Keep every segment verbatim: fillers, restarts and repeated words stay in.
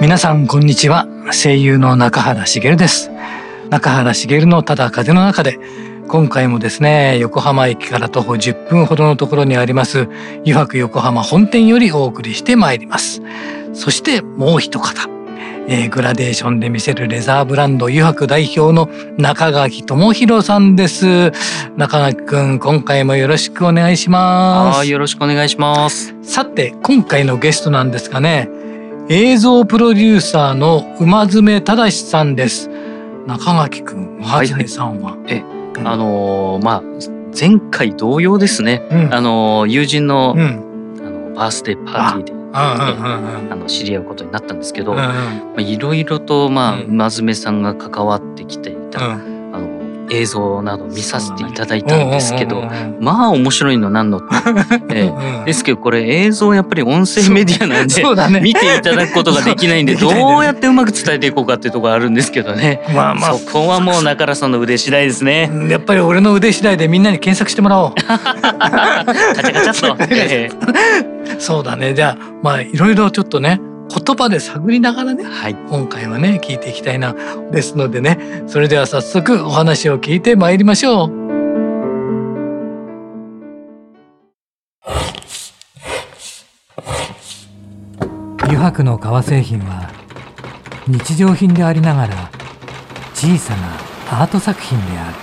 皆さんこんにちは。声優の中原茂です。中原茂のただ風の中で、今回もですね、横浜駅から徒歩じゅっぷんほどのところにあります湯泊横浜本店よりお送りしてまいります。そしてもう一方、えー、グラデーションで見せるレザーブランド湯泊代表の中垣智弘さんです。中垣くん、今回もよろしくお願いします。 はい、よろしくお願いします。 さて、今回のゲストなんですがね、映像プロデューサーの馬爪忠さんです。中垣くん、馬爪さんは、はいはい、 え、うん、あのー、まあ前回同様ですね。うん、あのー、友人の、うん、あのバースデーパーティーで。あの知り合うことになったんですけど、うんうん、まあ、いろいろと、まあ、馬爪さんが関わってきていた、うん、あの映像など見させていただいたんですけど、まあ面白いのなんのって、えー、ですけどこれ映像やっぱり音声メディアなんで、ね、見ていただくことができないんでどうやってうまく伝えていこうかっていうところあるんですけどね、まあまあ、そこはもう中原さんの腕次第ですね。 やっぱり俺の腕次第でみんなに検索してもらおう。カチャカチャっと、えー、そうだね。じゃあまあいろいろちょっとね、言葉で探りながらね、はい、今回はね聞いていきたいなですのでね、それでは早速お話を聞いてまいりましょう。湯泊の革製品は日常品でありながら小さなアート作品である。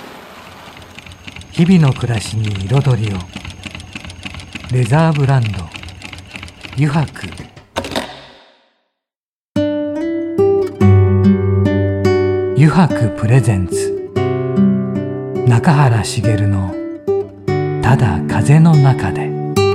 日々の暮らしに彩りを。レザーブランド湯泊。湯泊プレゼンツ中原茂のただ風の中で。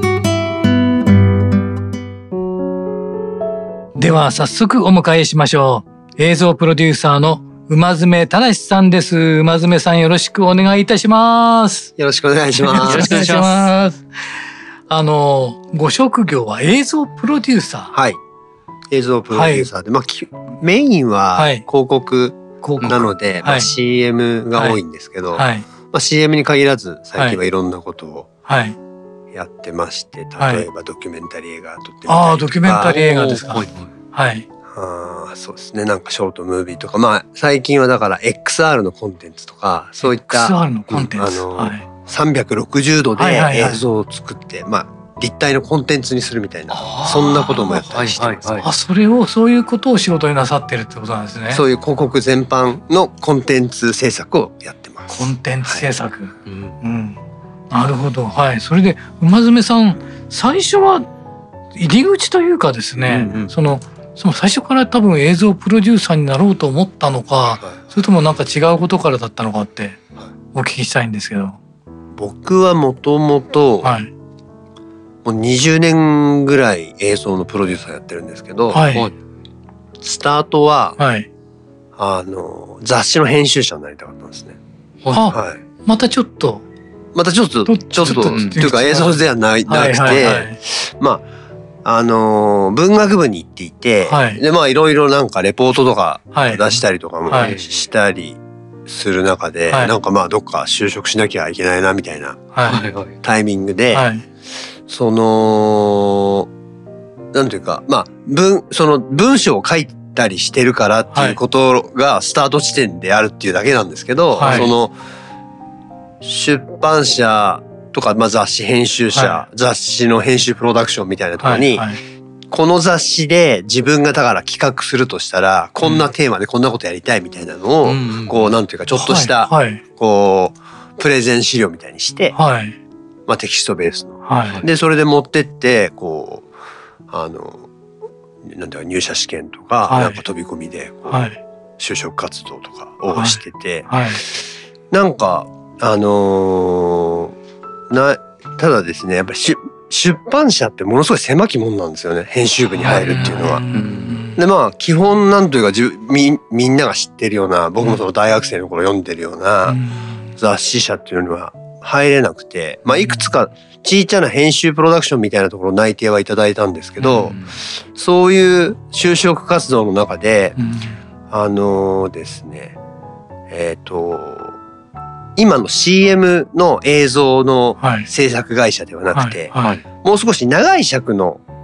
では早速お迎えしましょう。映像プロデューサーの馬爪忠さんです。馬爪さん、よろしくお願いいたします。 よろしくお願いします。 よろしくお願いします。あのご職業は映像プロデューサー。 はい、映像プロデューサーで、はい、まあメインは広告なので、はい、まあ、シーエム が多いんですけど、はいはい、まあ、シーエム に限らず最近はいろんなことをやってまして、はい、例えばドキュメンタリー映画撮ってみたりとか。ああ、 ドキュメンタリー映画ですか。はい、はい、 あ、そうですね。なんかショートムービーとか、まあ最近はだから エックスアール のコンテンツとか、そういったエックスアール のコンテンツ、 うん、あの、はい、さんびゃくろくじゅうどで映像を作って、はいはいはい、まあ立体のコンテンツにするみたいな、そんなこともやったりしてます。 はいはいはい、あ、それをそういうことを仕事になさってるってことなんですね。 そういう広告全般のコンテンツ制作をやってます。 コンテンツ制作、はい、うん、うん、なるほど。はい。それで馬爪さん、最初は入り口というかですね、うんうん、そのその最初から多分映像プロデューサーになろうと思ったのか、はい、それともなんか違うことからだったのかってお聞きしたいんですけど。 僕はもともともうにじゅうねんぐらい映像のプロデューサーやってるんですけど、はい、スタートは、はい、あの雑誌の編集者になりたかったんですね。 はい、またちょっとまたちょっとちょっとというか映像ではないなくて、まああの文学部に行っていて、はい、でまあいろいろなんかレポートとか出したりとかもしたりする中で、はい、なんかまあどっか就職しなきゃいけないなみたいなタイミングで、はい、そのなんていうか、まあ文その文章を書いたりしてるからっていうことがスタート地点であるっていうだけなんですけど、はい、その出版社とか、まあ、雑誌編集者、はい、雑誌の編集プロダクションみたいなところに、はいはい、この雑誌で自分がだから企画するとしたら、こんなテーマでこんなことやりたいみたいなのを、うん、こうなんていうかちょっとした、はいはい、こうプレゼン資料みたいにして、はい、まあ、テキストベースの、はい、でそれで持ってってこうあのなんていうか入社試験とか、はい、なんか飛び込みでこう、はい、就職活動とかをしてて、はいはい、なんかあのーなただですね、やっぱり出版社ってものすごい狭きもんなんですよね、編集部に入るっていうのは。でまあ基本なんというかじみみんなが知ってるような、僕もその大学生の頃読んでるような雑誌社っていうのには入れなくて、まあいくつか小さな編集プロダクションみたいなところ内定はいただいたんですけど、そういう就職活動の中であのですねえっと今の シーエム の映像の制作会社ではなくて、はいはいはい、もう少し長い尺の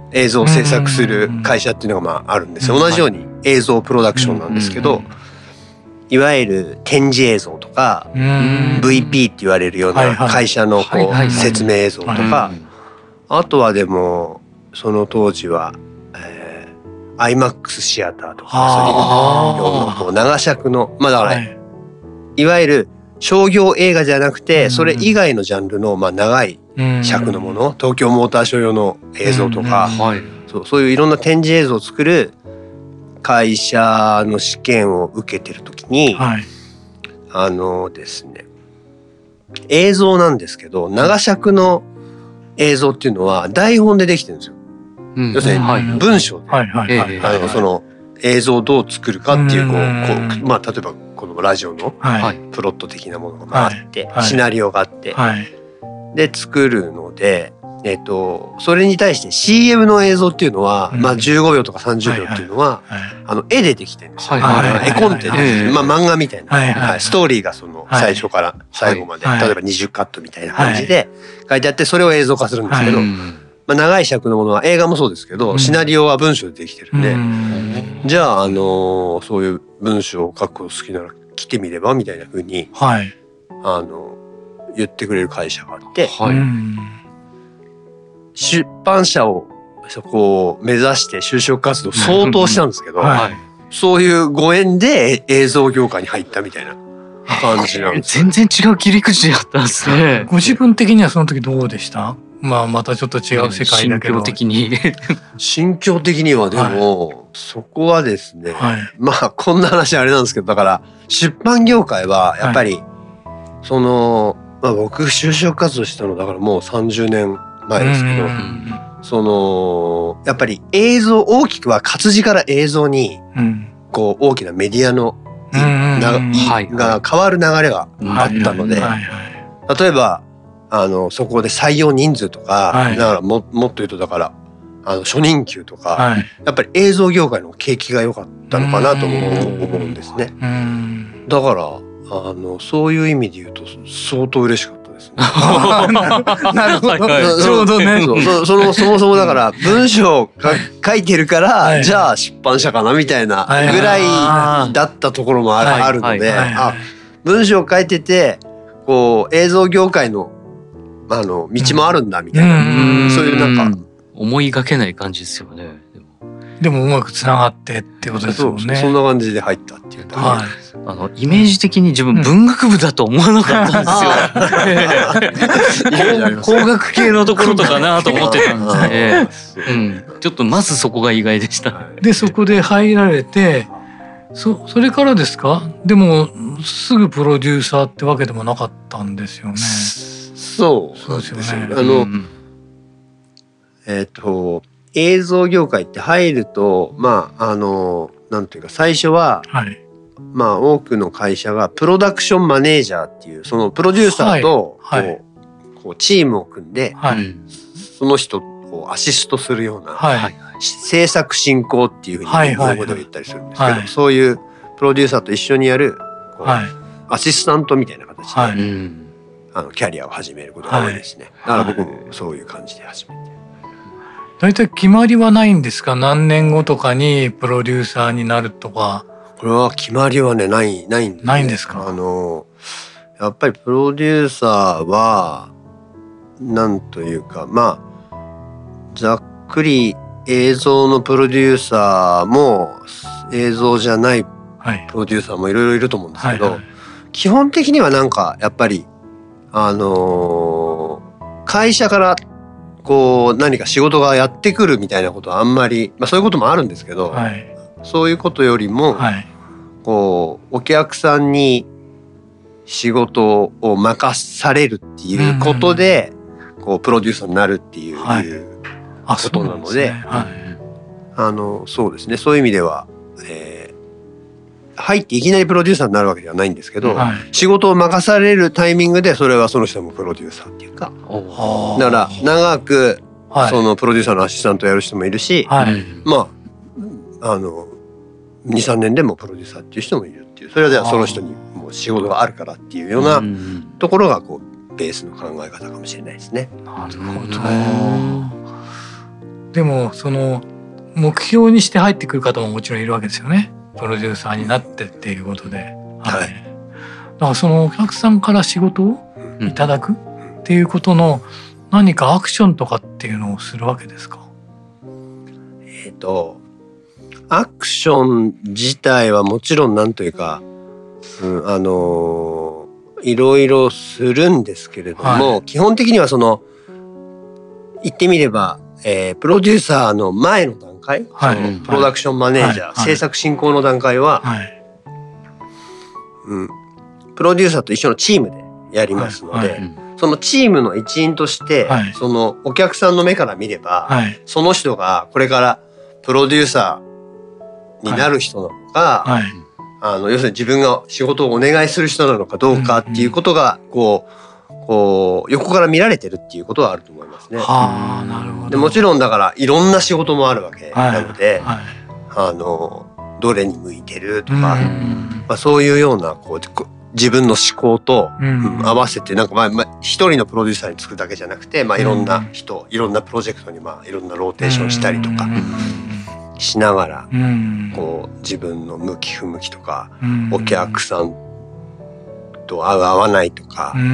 映像を制作する会社っていうのがまああるんですよ。同じように映像プロダクションなんですけど、いわゆる展示映像とか ブイピー って言われるような会社のこう説明映像とか、あとはでもその当時は、えー、アイマックス シアターとかそういうようなこう長尺のまあだから、はい、いわゆる商業映画じゃなくてそれ以外のジャンルのまあ長い尺のもの、東京モーターショー用の映像とか、そう、そういういろんな展示映像を作る会社の試験を受けてる時に、はい、あのですね映像なんですけど長尺の映像っていうのは台本でできてるんですよ。うん、要するに文章でその映像をどう作るかっていうこうこうまあ例えばこのラジオのプロット的なものがあって、はいはい、シナリオがあって、はい、で作るので、えっとそれに対して シーエム の映像っていうのは、うん、まあじゅうごびょうとかさんじゅうびょうっていうのは、はいはい、あの絵でできてるんですよ。絵コンテで、はい、まあ漫画みたいな、はいはい、ストーリーがその最初から最後まで、はい、例えばにじゅうカットみたいな感じで書いてあってそれを映像化するんですけど、はい、まあ、長い尺のものは映画もそうですけど、うん、シナリオは文章でできてるんで、うん、じゃあ、あのー、そういう文章を書くこと好きなら来てみればみたいな風に、はい、あの言ってくれる会社があって、はい、出版社をそこを目指して就職活動相当したんですけど、はい、そういうご縁で映像業界に入ったみたいな感じなんです。 全然違う切り口だったんですね。 ご自分的にはその時どうでした？まあまたちょっと違う世界だけど、 心境的に心境的にはでも、はい、そこはですね、はい、まあこんな話あれなんですけど、だから出版業界はやっぱり、はい、その、まあ、僕就職活動したのだからもうさんじゅうねんまえですけど、そのやっぱり映像大きくは活字から映像に、うん、こう大きなメディアのなが変わる流れがあったので、例えばあのそこで採用人数とか、はい、だからももっと言うとだからあの初任給とか、はい、やっぱり映像業界の景気が良かったのかなと思うんですね。だからあのそういう意味で言うと相当嬉しかったですね。 なるほど、ちょうどね。 そ, そのそもそもだから文章を書いてるから、はい、じゃあ出版社かなみたいなぐらいだったところもある、はい、あるので、あ、文章を書いててこう映像業界のあの道もあるんだみたいな、うん、そういうなんか思いがけない感じですよね。 でもうまくつながってってことですよね。 そ, そんな感じで入ったっていう、 はい、あのイメージ的に自分文学部だと思わなかったんですよ。工学系のところとかなと思ってたんですね。うん、ちょっとまずそこが意外でした。 でそこで入られて そ, それからですか？でもすぐプロデューサーってわけでもなかったんですよね。 そうですよね。あの、うん、えっと映像業界って入るとまああのなんていうか最初は、はい、まあ多くの会社がプロダクションマネージャーっていうそのプロデューサーとこう、はいはい、こうチームを組んで、はい、その人をアシストするような、はい、制作進行っていうふうに日本語で言ったりするんですけど、はいはいはい、そういうプロデューサーと一緒にやるこう、はい、アシスタントみたいな形で、はい、あのキャリアを始めることが多いですね。はい、だから僕もそういう感じで始めて。 だいたい決まりはないんですか？何年後とかにプロデューサーになるとか。 これは決まりはねないないんです、ね、 ないんですか？ あのやっぱりプロデューサーはなんというかまあざっくり映像のプロデューサーも映像じゃないプロデューサーもいろいろいると思うんですけど、はいはいはい、基本的にはなんかやっぱりあのー、会社からこう何か仕事がやってくるみたいなことはあんまり、まあ、そういうこともあるんですけど、はい、そういうことよりも、はい、こうお客さんに仕事を任されるっていうことで、うん、こうプロデューサーになるっていう、はい、ことなので、はい、あのそうですね、そういう意味では、えー、入っていきなりプロデューサーになるわけではないんですけど、はい、仕事を任されるタイミングでそれはその人もプロデューサーっていうか、だから長くそのプロデューサーのアシスタントをやる人もいるし、はい、まああのにさんねんでもプロデューサーっていう人もいるっていう、それはじゃあその人にもう仕事があるからっていうようなところがこうベースの考え方かもしれないですね。 なるほど。 でもその目標にして入ってくる方ももちろんいるわけですよね。プロデューサーになってっていうことで、はい、はい、だからそのお客さんから仕事をいただくっていうことの何かアクションとかっていうのをするわけですか？ えっとアクション自体はもちろんなんというか、うん、あのいろいろするんですけれども、はい、基本的にはその言ってみれば、えー、プロデューサーの前の段階、はい、そのプロダクションマネージャー、はい、制作進行の段階は、はい、うん、プロデューサーと一緒のチームでやりますので、はいはい、そのチームの一員として、はい、そのお客さんの目から見れば、はい、その人がこれからプロデューサーになる人なのか、はいはい、あの要するに自分が仕事をお願いする人なのかどうかっていうことがこう、こう横から見られてるっていうことはあると思いますね。 はあ、なるほど。 でもちろんだからいろんな仕事もあるわけなので、はいはい、あのどれに向いてるとか、まあ、そういうようなこう自分の思考と、うんうん、合わせてなんかまあまあ一人のプロデューサーに作るだけじゃなくて、まあ、いろんな人、いろんなプロジェクトにまあいろんなローテーションしたりとかしながら、こう自分の向き不向きとか、お客さんと合う合わないとか、うん、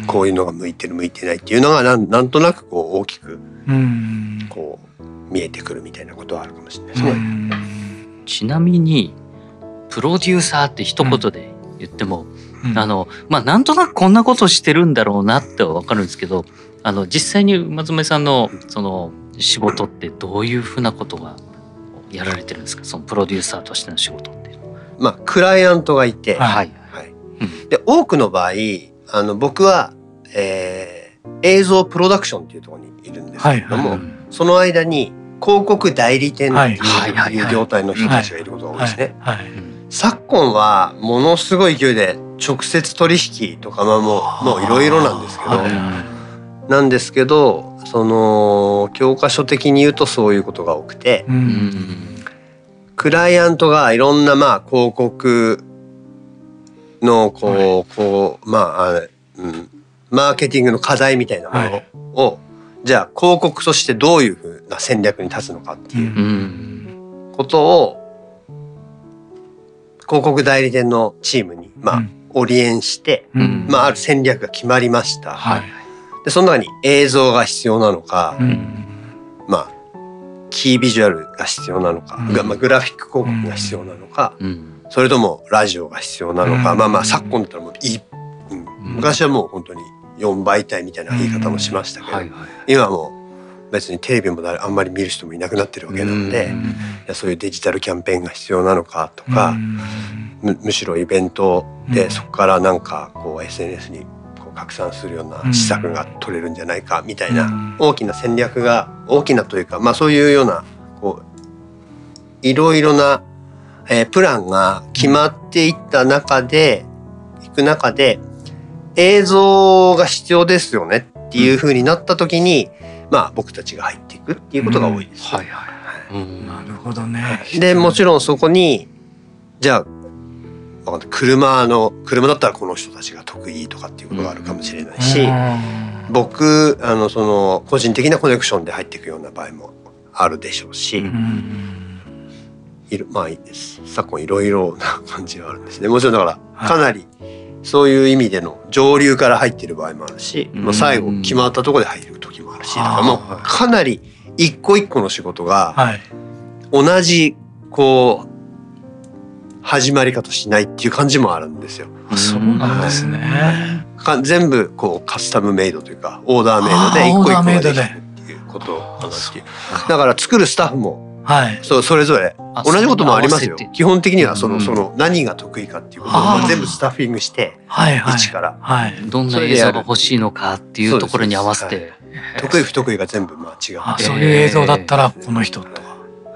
こういうのが向いてる向いてないっていうのがなん、なんとなくこう大きくこう見えてくるみたいなことはあるかもしれないですね。 ちなみにプロデューサーって一言で言っても、うん、あのまあなんとなくこんなことしてるんだろうなってわかるんですけど、あの実際に馬爪さんのその仕事ってどういうふうなことがやられてるんですか？そのプロデューサーとしての仕事っていうのは。 まあクライアントがいて、はいはい、うん、で多くの場合あの僕は、えー、映像プロダクションっていうところにいるんですけれども、はいはい、その間に広告代理店っていう業態の人たちがいることが多いですね。昨今はものすごい勢いで直接取引とかももういろいろなんですけど、なんですけどその教科書的に言うとそういうことが多くて、うん、クライアントがいろんなまあ広告のこう、はい、こうまあ、うん、マーケティングの課題みたいなものを、はい、じゃあ広告としてどういうふうな戦略に立つのかっていうことを広告代理店のチームにまあ、うん、オリエンして、うん、まあある戦略が決まりました。はい、でその中に映像が必要なのか、うん、まあキービジュアルが必要なのか、うんまあ、グラフィック広告が必要なのか、うん、それともラジオが必要なのか、うん、まあまあ昨今だったらもういい、うん、昔はもう本当によんばいたいみたいな言い方もしましたけど、うんはいはい、今はもう別にテレビもあんまり見る人もいなくなってるわけなので、うん、いやそういうデジタルキャンペーンが必要なのかとか、うん、む, むしろイベントでそこからなんかこう エスエヌエス にこう拡散するような施策が取れるんじゃないかみたいな大きな戦略が大きなというか、まあそういうようなこういろいろな、えー、プランが決まっていった中でいく中で映像が必要ですよねっていう風になった時に、まあ僕たちが入っていくっていうことが多いです。 うん、はいはいはい。うん、なるほどね。 でもちろんそこにじゃあ車の車だったらこの人たちが得意とかっていうことがあるかもしれないし、うん、僕あのその個人的なコネクションで入っていくような場合もあるでしょうし、うん、いるまあ昨今いろいろな感じがあるんですね。もちろんだからかなりそういう意味での上流から入っている場合もあるし、うん、まあ、最後決まったところで入る時もあるし、だからもうかなり一個一個の仕事が同じこう始まり方しないっていう感じもあるんですよ。 そうなんですね。 全部こうカスタムメイドというかオーダーメイドで一個一個ができるっていうことかなっていう。だから作るスタッフもはい、そうそれぞれ同じこともありますよ。基本的にはその、うん、その何が得意かっていうことを全部スタッフィングして、はいはい、一から、 はい、どんな映像が欲しいのかっていうところに合わせて、はい、 得意不得意が全部まあ違う。 あ、そういう映像だったらこの人とか、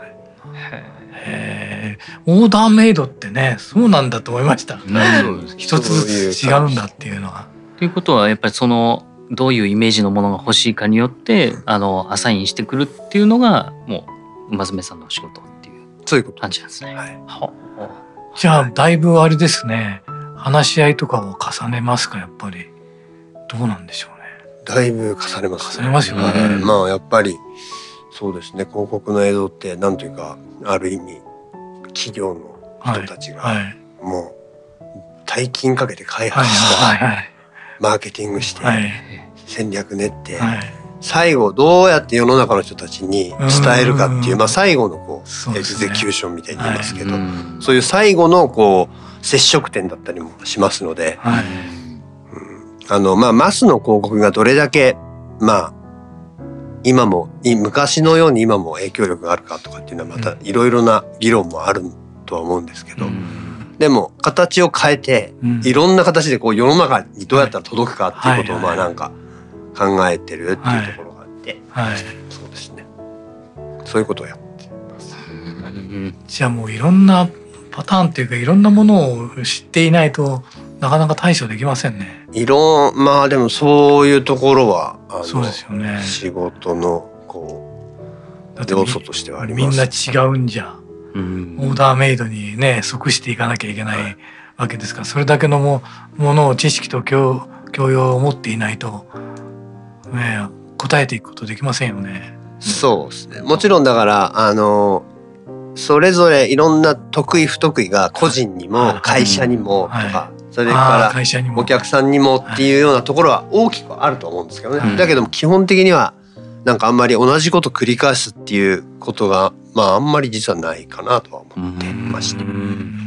へー、オーダーメイドってね、そうなんだと思いました。一つずつ違うんだっていうのは。 ということはやっぱりそのどういうイメージのものが欲しいかによってあのアサインしてくるっていうのがもう馬爪さんの仕事っていう感じなんですね。はい、 じゃあだいぶあれですね、話し合いとかを重ねますか？やっぱりどうなんでしょうね。 だいぶ重ねます、 ね、重ねますよね。 うん、まあやっぱりそうですね、広告の映像ってなんというかある意味企業の人たちがもう大金かけて開発したマーケティングして戦略練って最後どうやって世の中の人たちに伝えるかっていう、まあ最後のこうエグゼキューションみたいに言いますけど、そういう最後のこう接触点だったりもしますので、あのまあマスの広告がどれだけまあ今も昔のように今も影響力があるかとかっていうのはまたいろいろな議論もあるとは思うんですけど、でも形を変えていろんな形でこう世の中にどうやったら届くかっていうことをまあなんか考えてるっていうところがあって、そうですね、そういうことをやってます。 じゃあもういろんなパターンっていうかいろんなものを知っていないとなかなか対処できませんね。 いろんまあでもそういうところはあのそうですよね、 仕事のこう要素としてはあります。 みんな違うんじゃ、うん、オーダーメイドにね即していかなきゃいけないわけですから、それだけのもものを知識と教教養を持っていないと、ね、答えていくことできませんよね。 そうですね、もちろんだからあのそれぞれいろんな得意不得意が個人にも会社にもとか、はい、それからお客さんにもっていうようなところは大きくあると思うんですけどね、はい、だけども基本的にはなんかあんまり同じこと繰り返すっていうことがまああんまり実はないかなとは思ってました。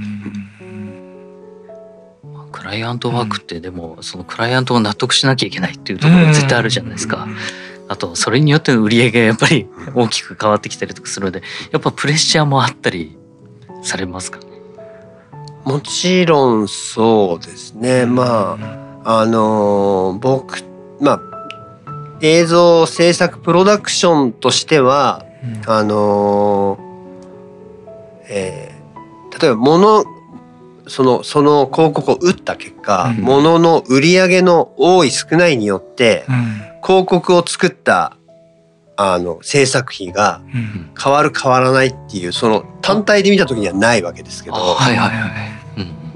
クライアントワークってでもそのクライアントを納得しなきゃいけないっていうところが絶対あるじゃないですか。あとそれによっての売り上げがやっぱり大きく変わってきたりとかするので、やっぱプレッシャーもあったりされますか？ もちろんそうですね。まああの僕まあ映像制作プロダクションとしては、うん、あの、えー、例えば物そのその広告を打った結果、うん、物の売り上げの多い少ないによって、うん、広告を作ったあの制作費が変わる変わらないっていうその単体で見た時にはないわけですけど、はいはいはい、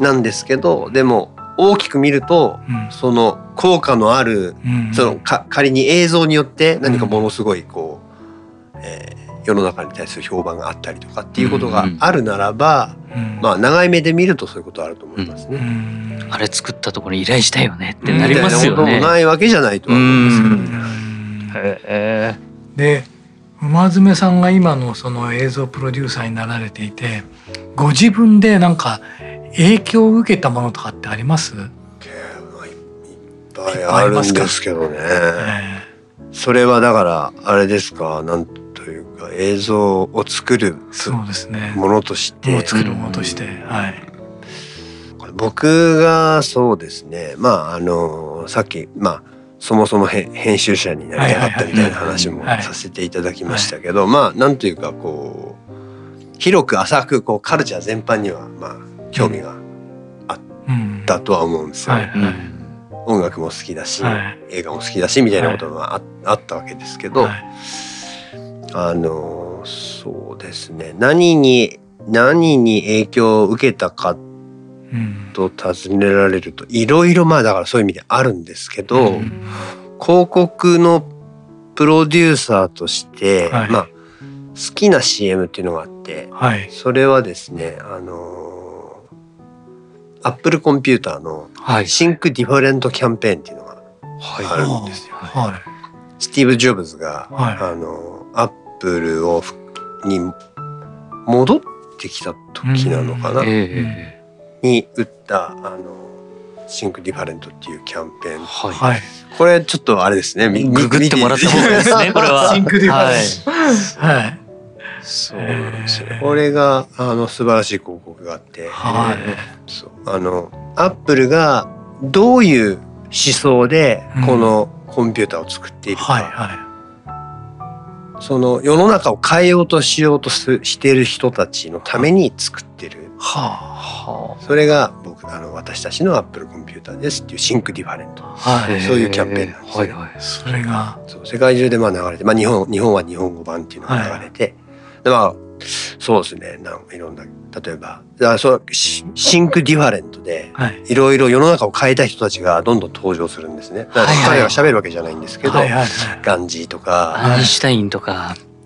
なんですけどでも大きく見ると、うん、その効果のある、うん、そのか仮に映像によって何かものすごいこう、えー、世の中に対する評判があったりとかっていうことがあるならば、うん、まあ長い目で見るとそういうことあると思いますね。うんうん、あれ作ったところに依頼したよねってなりますよね。 みたいなこともないわけじゃないとは思うんですけどね。 へー。で馬爪さんが今のその映像プロデューサーになられていて、ご自分でなんか影響を受けたものとかってあります？いっぱいあるんですけどね。えー、それはだからあれですか、なんというか映像を作るものとして、 そうですね、作るものとして、はい。 僕がそうですね、まああのさっきまあそもそも編集者になりたかったみたいな話もさせていただきましたけど、まあなんというかこう広く浅くこうカルチャー全般にはまあ興味があったとは思うんですよ。音楽も好きだし、映画も好きだしみたいなことが あ, あったわけですけど、あのそうですね、何に何に影響を受けたかと尋ねられるといろいろまあだからそういう意味であるんですけど、うん、広告のプロデューサーとして、はい、まあ好きな シーエム っていうのがあって、はい、それはですね、あのー、Apple コンピューターの Think Different キャンペーンっていうのがあるんですよ、はいはい、スティーブ・ジョブズが、はい、あの Apple をに戻ってきた時なのかな、うん、えーに打ったあのシンクディファレントっていうキャンペーン、はい、これちょっとあれですね、 ググってもらった方がいいですねこれは。 シンクディファレント、はい、はい、 そうなんですよ。これがあの素晴らしい広告があって、はい、そうあのアップルがどういう思想でこのコンピューターを作っているか、うん、はいはい、その世の中を変えようとしようとしている人たちのために作ってる、はあ、それが僕あの私たちの Apple コンピューターですっていうシンクディファレント、はい、そういうキャンペーンなんですね、はいはい、 それがそう世界中でまあ流れて、まあ、日本日本は日本語版っていうのが流れて、はい、でまあそうですね、なんいろんな例えばだそうシンクディファレントでいろいろ世の中を変えた人たちがどんどん登場するんですね。だから彼が喋るわけじゃないんですけど、はいはいはい、ガンジーとかアインシュタインとか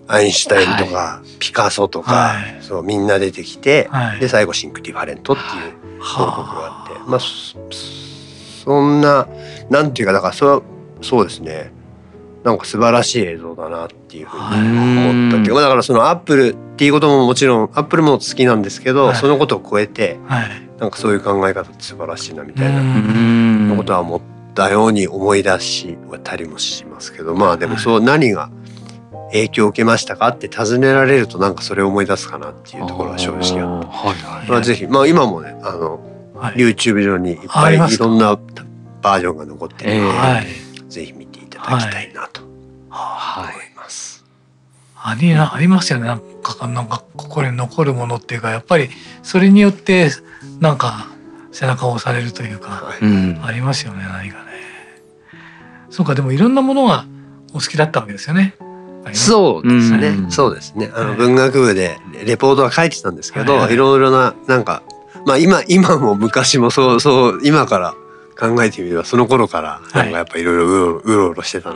アインシュタインとか、はい、ピカソとか、はい、そうみんな出てきて、はい、で最後シンク・ディファレントっていう広告があって、はい、まあそんななんていうかだからそそうですねなんか素晴らしい映像だなっていうふうに思ったっていうかだからそのアップルっていうことももちろんアップルも好きなんですけど、はい、そのことを超えて、はい、なんかそういう考え方って素晴らしいなみたいなことは思ったように思い出したりもしますけどまあでもそう何が影響を受けましたかって尋ねられるとなんかそれを思い出すかなっていうところが正直あって、はいはいまあ、ぜひ、まあ、今もねあの、はい、YouTube 上にいっぱいいろんなバージョンが残ってるので、はい、ぜひ見ていただきたいなと思います。 はい、あ, ありますよねなんかなんか心に残るものっていうかやっぱりそれによってなんか背中を押されるというか、はい、ありますよね何かね。そうかでもいろんなものがお好きだったわけですよね。 そうですね、うん、そうですねあの文学部でレポートは書いてたんですけど、はいはい、いろいろななんかまあ今今も昔もそうそう今から考えてみればその頃からなんかやっぱいろいろうろうろうろしてたな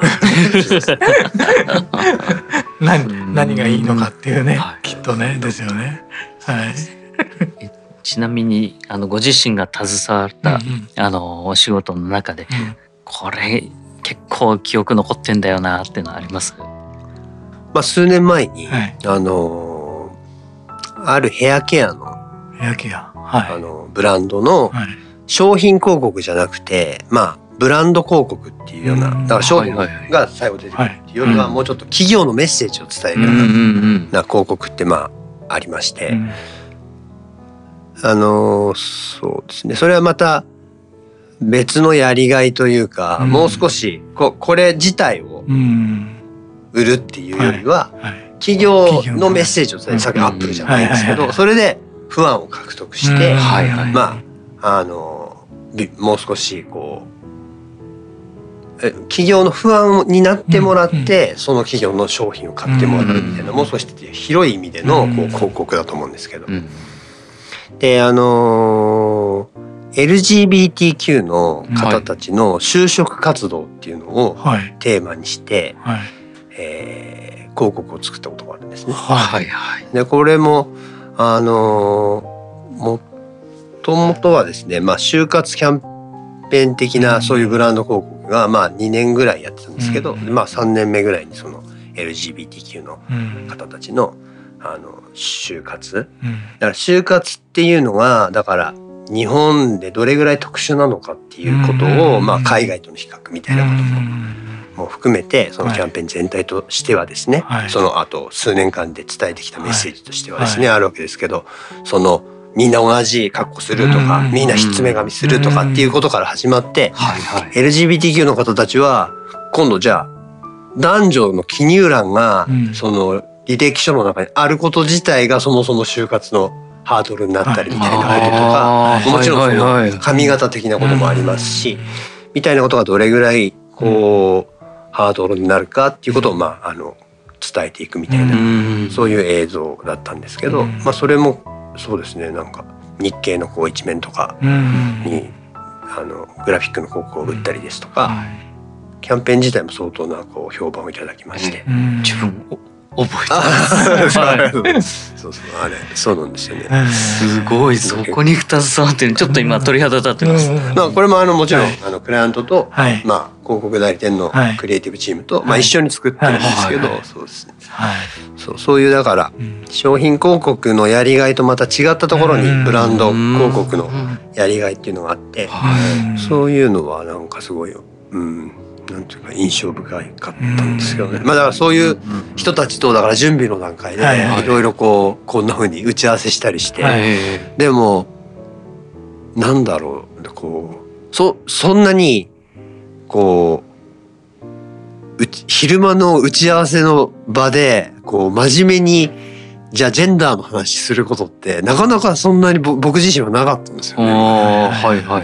何, 何がいいのかっていうね、はい、きっとねですよね。はい。 ちなみにあのご自身が携わった、うんうん、あのお仕事の中で、うん、これ結構記憶残ってんだよなっていうのはあります？ まあ、数年前に、はい、あのあるヘアケアのヘアケア、はい、 あのブランドの商品広告じゃなくて、まあブランド広告っていうようなだから商品が最後出てくるっていうよりはもうちょっと企業のメッセージを伝えるような広告ってまあありまして、あのそうですねそれはまた別のやりがいというか、もう少しここれ自体を売るっていうよりは、はいはい、企業のメッセージを伝える、さっきのアップルじゃないですけど、それでファンを獲得して、まああのもう少しこう企業の不安になってもらって、うん、その企業の商品を買ってもらうみたいな、うん、もう少し広い意味でのこう広告だと思うんですけど、うん、であのー、エルジービーティーキュー の方たちの就職活動っていうのをテーマにして、はいはいえー、広告を作ったことがあるんですね。はいはい、でこれもあのー、もともとはですね、まあ、就活キャンペーン的なそういうブランド広告がまあにねんぐらいやってたんですけど、うんまあ、さんねんめぐらいにその エルジービーティーキュー の方たちの、あの就活、うん、だから就活っていうのがだから日本でどれぐらい特殊なのかっていうことを、うんまあ、海外との比較みたいなことも、も含めてそのキャンペーン全体としてはですね、はい、その後数年間で伝えてきたメッセージとしてはですね、はい、あるわけですけど、そのみんな同じ格好するとか、みんなひっつめ髪するとかっていうことから始まって、エルジービーティーキュー の方たちは今度じゃあ男女の記入欄がその履歴書の中にあること自体がそもそも就活のハードルになったりみたいなこととか、もちろんその髪型的なこともありますし、みたいなことがどれぐらいこうハードルになるかっていうことをまああの伝えていくみたいな、そういう映像だったんですけど、まあそれもそうですね、なんか日経のこう一面とかにあのグラフィックの広告を売ったりですとか、キャンペーン自体も相当なこう評判をいただきまして、 自分覚えてます。 そうそうあれそうなんですよね。 すごいそこに携わってるちょっと今鳥肌立ってます。 まあこれもあのもちろん、はい、あのクライアントと、はい、まあ広告代理店のクリエイティブチームと、はい、まあ一緒に作ってるんですけど、はい、そうですね。はい、そうそういうだから、うん、商品広告のやりがいとまた違ったところにブランド広告のやりがいっていうのがあって、うん、そういうのはなんかすごいうんなんていうか印象深かったんですけどね。まあだからそういう人たちとだから準備の段階でいろいろこうこんな風に打ち合わせしたりして、はい、でもなんだろうこうそそんなにこう昼間の打ち合わせの場でこう真面目にじゃあジェンダーの話することってなかなかそんなに僕自身はなかったんですよね。はいはい。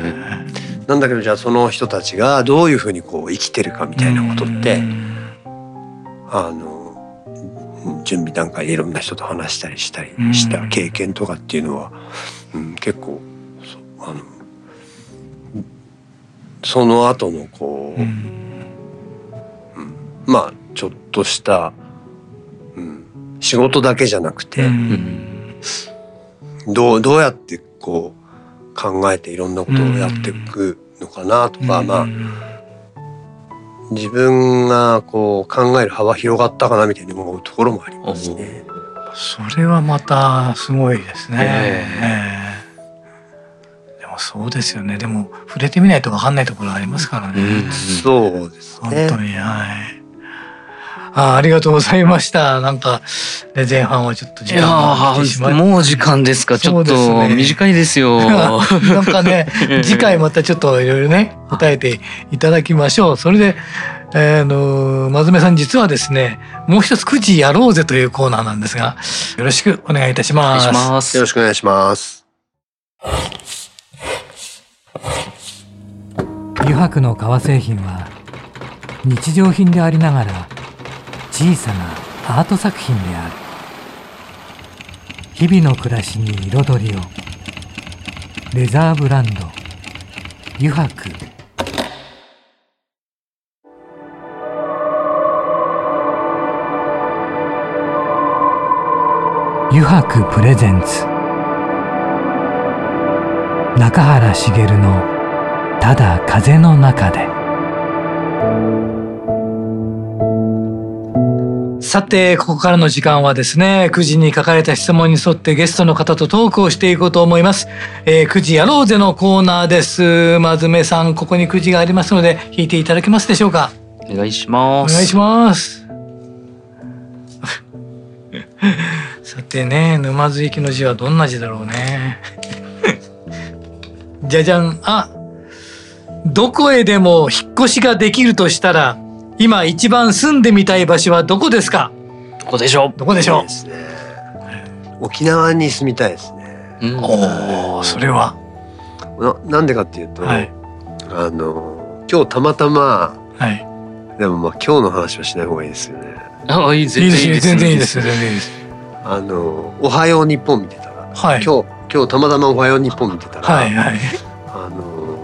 なんだけどじゃあその人たちがどういうふうにこう生きてるかみたいなことってあの準備段階でいろんな人と話したりしたりした経験とかっていうのは、うん、結構あのその後のこう、うん、まあちょっとした、うん、 仕事だけじゃなくて、うん、どうどうやってこう考えていろんなことをやっていくのかなとか、うん、まあ自分がこう考える幅広がったかなみたいに思うところもありますね。 それはまたすごいですね。えー、でもそうですよね。でも触れてみないと分かんないところありますからね。 うん、そうですね。 本当に、はい。あ, ありがとうございました。なんか、ね、前半はちょっと時間が来てしまい、 もう時間ですか。ちょっと短いですよ。 なんかね、次回またちょっといろいろね答えていただきましょう。それで、えー、の真爪さん実はですね、もう一つくじやろうぜというコーナーなんですが、よろしくお願いいたします。 お願いします。よろしくお願いします。 油白の革製品は日常品でありながら小さなアート作品である。日々の暮らしに彩りを。レザーブランド油白。油白プレゼンツ中原茂のただ風の中で。さてここからの時間はですね、くじに書かれた質問に沿ってゲストの方とトークをしていこうと思います。えー、くじやろうぜのコーナーです。真爪さん、ここにくじがありますので引いていただけますでしょうか。 お願いします。 お願いします。さてね、沼津行きの字はどんな字だろうね。じゃじゃん。あ、どこへでも引っ越しができるとしたら今一番住んでみたい場所はどこですか。 どこでしょう。 どこでしょう。 ですね、沖縄に住みたいですね。 うん、おお、それはな, なんでかっていうと、はい、あの今日たまたま、はい、でもまあ今日の話はしない方がいいですよね。 ああ、いい全然いいです。 全然いいです。全然いいです。 あのおはよう日本見てたら、はい、今日今日たまたまおはよう日本見てたら、はいはい、あの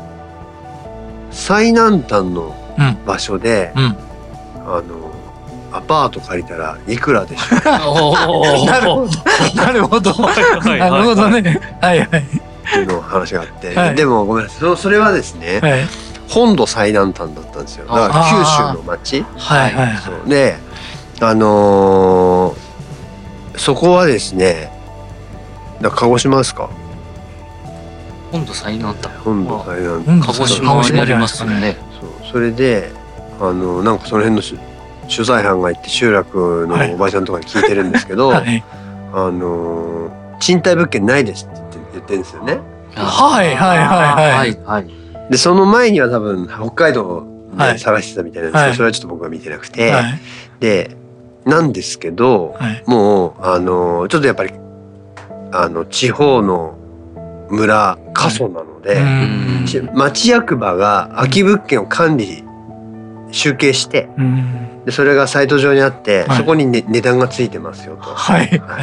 最南端の場所で、うんうん、あのアパート借りたらいくらでしょう。 なるほど、なるほど、なるほどね。はいはい。 っていうの話があって、はい、でもごめんなさい、それはですね、はい、本土最南端だったんですよ。だから九州の町。はいはい。そうで、あのー、そこはですね、だ鹿児島ですか。 本土最南端。 本土最南端。 鹿児島にありますよね。 そう、それで、あのなんかその辺の取材班が行って集落のおばあちゃんとかに聞いてるんですけど、はい、あの賃貸物件ないですって言って言ってるんですよね。 はいはいはいはい。 でその前には多分北海道で探してたみたいなんですけど、はい、それはちょっと僕は見てなくて、はい、でなんですけど、はい、もうあのちょっとやっぱりあの地方の村過疎なので、はい、町役場が空き物件を管理集計して、でそれがサイト上にあって、はい、そこに、ね、値段がついてますよと。はいはい、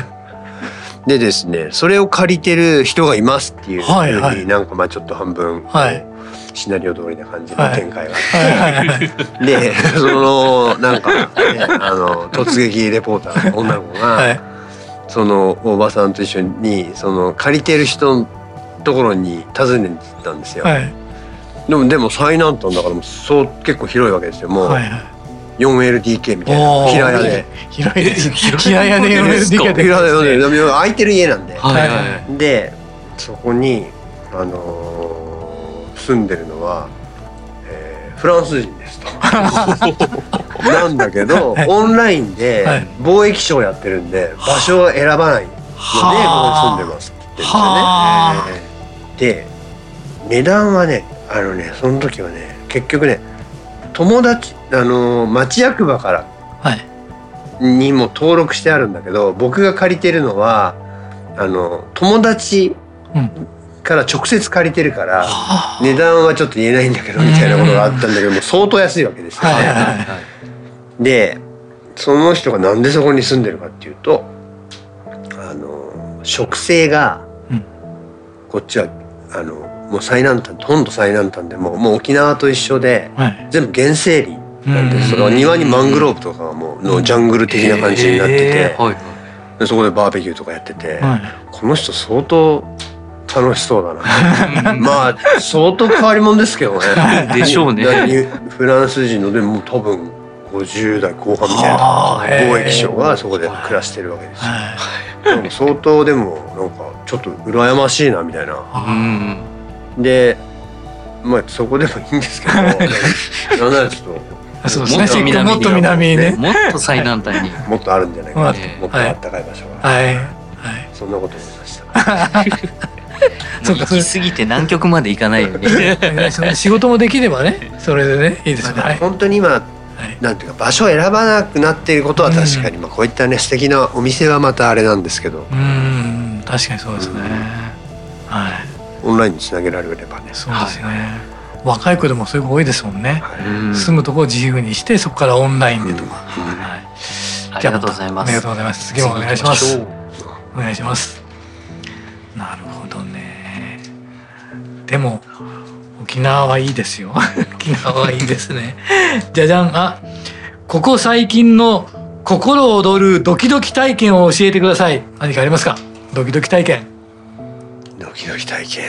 でですね、それを借りてる人がいますっていうふうになんかまあちょっと半分、はい、シナリオ通りな感じの展開があって、でそのなんか、ね、あの突撃レポーターの女の子が、はい、そのおばさんと一緒にその借りてる人のところに訪ねに行ったんですよ。はい、でもでも最南端だからもうそう結構広いわけですよ。もう よんエルディーケー みたいな平屋で、 広いです平屋で よんエルディーケー で平屋で空いてる家なんで、はいはい、でそこにあのー、住んでるのは、えー、フランス人ですと。なんだけど、はい、オンラインで貿易商やってるんで場所を選ばないのでここに住んでますって言ってるんですよね。で値段はね、あのねその時はね結局ね友達あの町役場からにも登録してあるんだけど、僕が借りてるのはあの友達から直接借りてるから、うん、値段はちょっと言えないんだけどみたいなことがあったんだけども相当安いわけですよね。でその人がなんでそこに住んでるかっていうと、あの植生が、うん、こっちはあのもう最南端、本土最南端でももう沖縄と一緒で、はい、全部原生林なんで、それは庭にマングローブとかものジャングル的な感じになってて、でそこでバーベキューとかやってて、この人相当楽しそうだなまあ相当変わり者ですけどねでしょうね。 フランス人のでも多分ごじゅう代後半みたいな貿易商がそこで暮らしてるわけですよ。でも相当でもなんかちょっと羨ましいなみたいな。で、まあそこでもいいんですけど、なんならちょっとそうですね、もっと南にね、 もっと最南端にもっとあるんじゃないかなと、もっとあったかい場所が、はいはい、そんなこと思いました。 そうか、行き過ぎて南極まで行かないように仕事もできればね、それでね、いいですね。 本当に今なんていうか場所を選ばなくなっていることは確かに、まあこういったね素敵なお店はまたあれなんですけど、 うん、確かにそうですね。はい。 オンラインにつなげられればね。 そうですね。若い子でもそういう子多いですもんね。住むとこを自由にしてそこからオンラインでとか。 ありがとうございます。 ありがとうございます。次もお願いします。お願いします。なるほどね。でも沖縄はいいですよ。沖縄はいいですね。じゃじゃん。あ、ここ最近の心躍るドキドキ体験を教えてください。何かありますか？ドキドキ体験。 ドキドキ体験。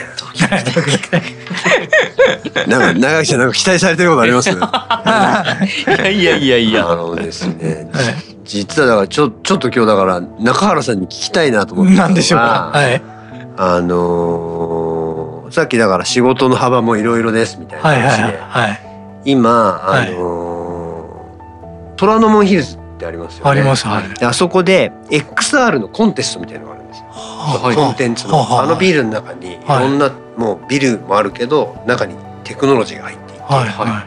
なんか長木さんなんか期待されてることあります？いやいやいやいや。 あのですね。はい、実はだからちょちょっと今日だから中原さんに聞きたいなと思って。 なんでしょうか。はい。 あのー、さっきだから仕事の幅もいろいろですみたいな話で、はいはいはい、今あのー、虎ノ門ヒルズってありますよね。 あります、はい、 あそこで エックスアール のコンテストみたいなのがあるんですよ。はい、コンテンツの、はい、あのビルの中にいろんな、はい、もうビルもあるけど中にテクノロジーが入っていて、はいはい、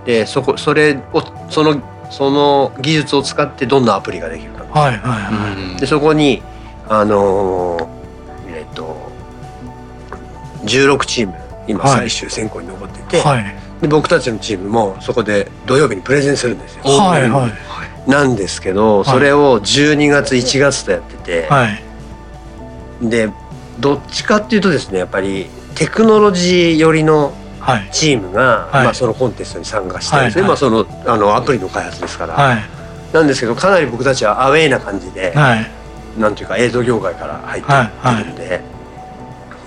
でそこそれをそのその技術を使ってどんなアプリができるか、はいはいはい、でそこにあのーえっとじゅうろくチーム今最終選考に残ってて、はい、で僕たちのチームもそこで土曜日にプレゼンするんですよ。はいはい、なんですけどそれをじゅうにがついちがつとやってて、はい、でどっちかっていうとですねやっぱりテクノロジー寄りのチームが、はいまあ、そのコンテストに参加してるんですね、はいはい、まあ、そのあのアプリの開発ですから、はい、なんですけどかなり僕たちはアウェーな感じで、はい、なんていうか映像業界から入ってるんで、はいはい、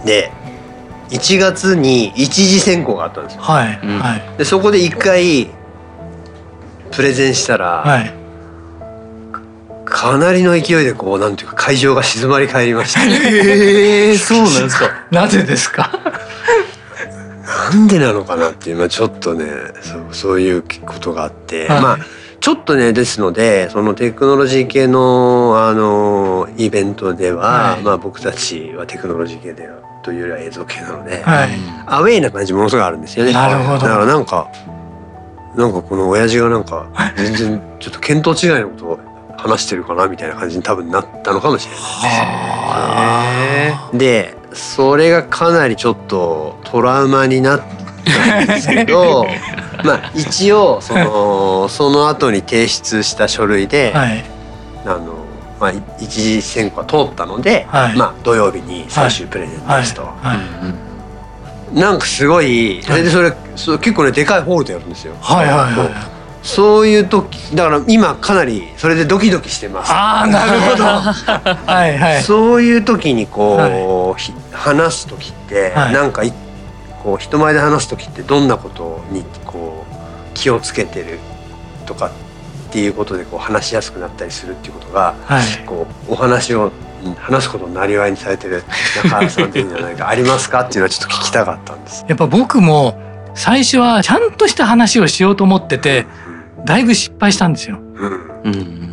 でいちがつに一次選考があったんですよ、はいはい、でそこで一回プレゼンしたら、はい、かなりの勢いでこうなんていうか会場が静まり返りました。 えー、そうなんですか。 なぜですか。 なんでなのかなって今ちょっとね そ, そういうことがあって、はい、まあちょっとねですのでそのテクノロジー系のあのイベントでは、はい、まあ僕たちはテクノロジー系でというよりは映像系なので、はい、アウェイな感じものすごいあるんですよね。 なるほど。 だからなんかなんかこの親父がなんか全然ちょっと見当違いのことを話してるかなみたいな感じに多分なったのかもしれないですね。でそれがかなりちょっとトラウマになったんですけどまあ一応そのその後に提出した書類で、はい、あのまあ一次選考は通ったので、はい、まあ土曜日に最終プレゼンテスト、なんかすごい、はい、でそれそ結構ねでかいホールでやるんですよ。はいはいはい。そういう時だから今かなりそれでドキドキしてます。 ああなるほど。はいはい。 そういう時にこう、はい、話す時って、はい、なんかこう人前で話す時ってどんなことにこう気をつけてるとかっていうことでこう話しやすくなったりするっていうことが、はい、こうお話を話すことをなりわいにされてる中原さんっていうんじゃないかありますかっていうのはちょっと聞きたかったんです。 やっぱ僕も最初はちゃんとした話をしようと思ってて。だいぶ失敗したんですよ、うん、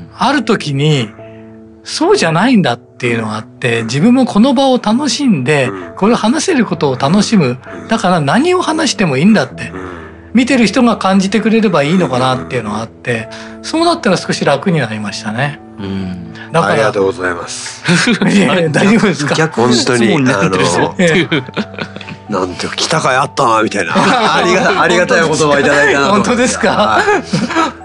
ある時にそうじゃないんだっていうのがあって自分もこの場を楽しんでこれを話せることを楽しむだから何を話してもいいんだって見てる人が感じてくれればいいのかなっていうのがあってそうなったら少し楽になりましたね、うん、 だからありがとうございますいやいや大丈夫ですか。 本当にあのなんて来たかいあったなみたいなありがありがたいお言葉いただいたなと。 本当ですか、はい、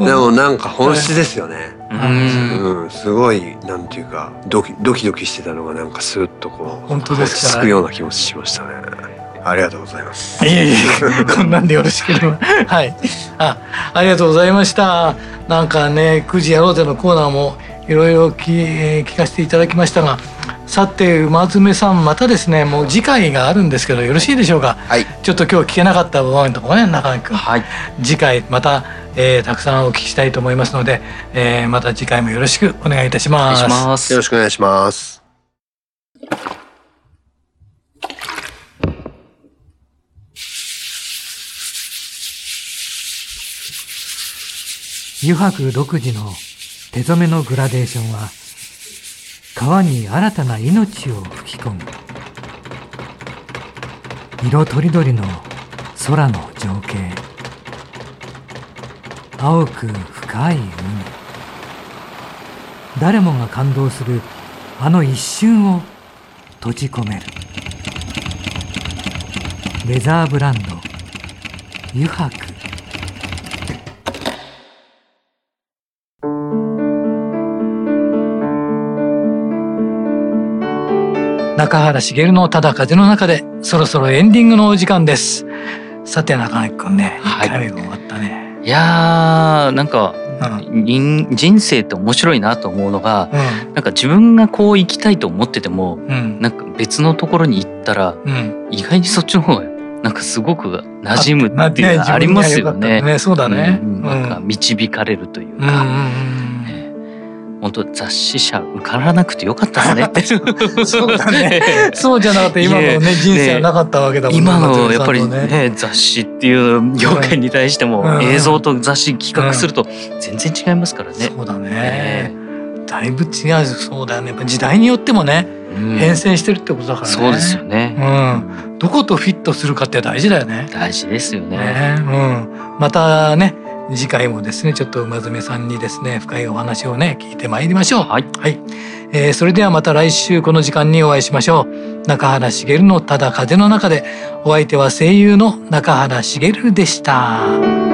でもなんか本質ですよね、うんうん、すごいなんていうかドキドキドキしてたのがなんかスーッとこう本当ですか落ち着くような気持ちしましたね。あありがとうございます。 いえいえ、こんなんでよろしければはい、あ、ありがとうございました。なんかね、くじやろうぜのコーナーもいろいろ聞かせていただきましたが、さて馬爪さん、またですね、もう次回があるんですけどよろしいでしょうか。 はい、 ちょっと今日聞けなかった場面とかね、中根君、 はい、 次回また、えー、たくさんお聞きしたいと思いますので、えー、また次回もよろしくお願いいたします。 お願いします。 よろしくお願いします。 油白独自の手染めのグラデーションは川に新たな命を吹き込む。色とりどりの空の情景、青く深い海、誰もが感動するあの一瞬を閉じ込める。レザーブランド油白。中原茂のただ風の中で、そろそろエンディングのお時間です。さて中根くんね、 はい、 いっかいめが終わったね。 いやー、なんか、うん、人生って面白いなと思うのが、うん、なんか自分がこう生きたいと思ってても、うん、なんか別のところに行ったら、うん、意外にそっちの方がなんかすごく馴染むっていうのがありますよね。 ね、そうだね、 うん、なんか導かれるというか、うんうんうん、本当雑誌社受からなくてよかったですねって。 そうだね。そうじゃなかった今のね人生はなかったわけだもんね。 今のやっぱりね雑誌っていう業界に対しても映像と雑誌企画すると全然違いますからね。 そうだね。だいぶ違う。そうだよね。やっぱ時代によってもね、うん、変遷してるってことだからね。 そうですよね。 うん。どことフィットするかって大事だよね。 大事ですよね。 ね、うん。またね。次回もですね、ちょっと馬爪さんにですね深いお話をね聞いてまいりましょう。 はい、 はい、えー、それではまた来週この時間にお会いしましょう。中原茂のただ風の中で、お相手は声優の中原茂でした。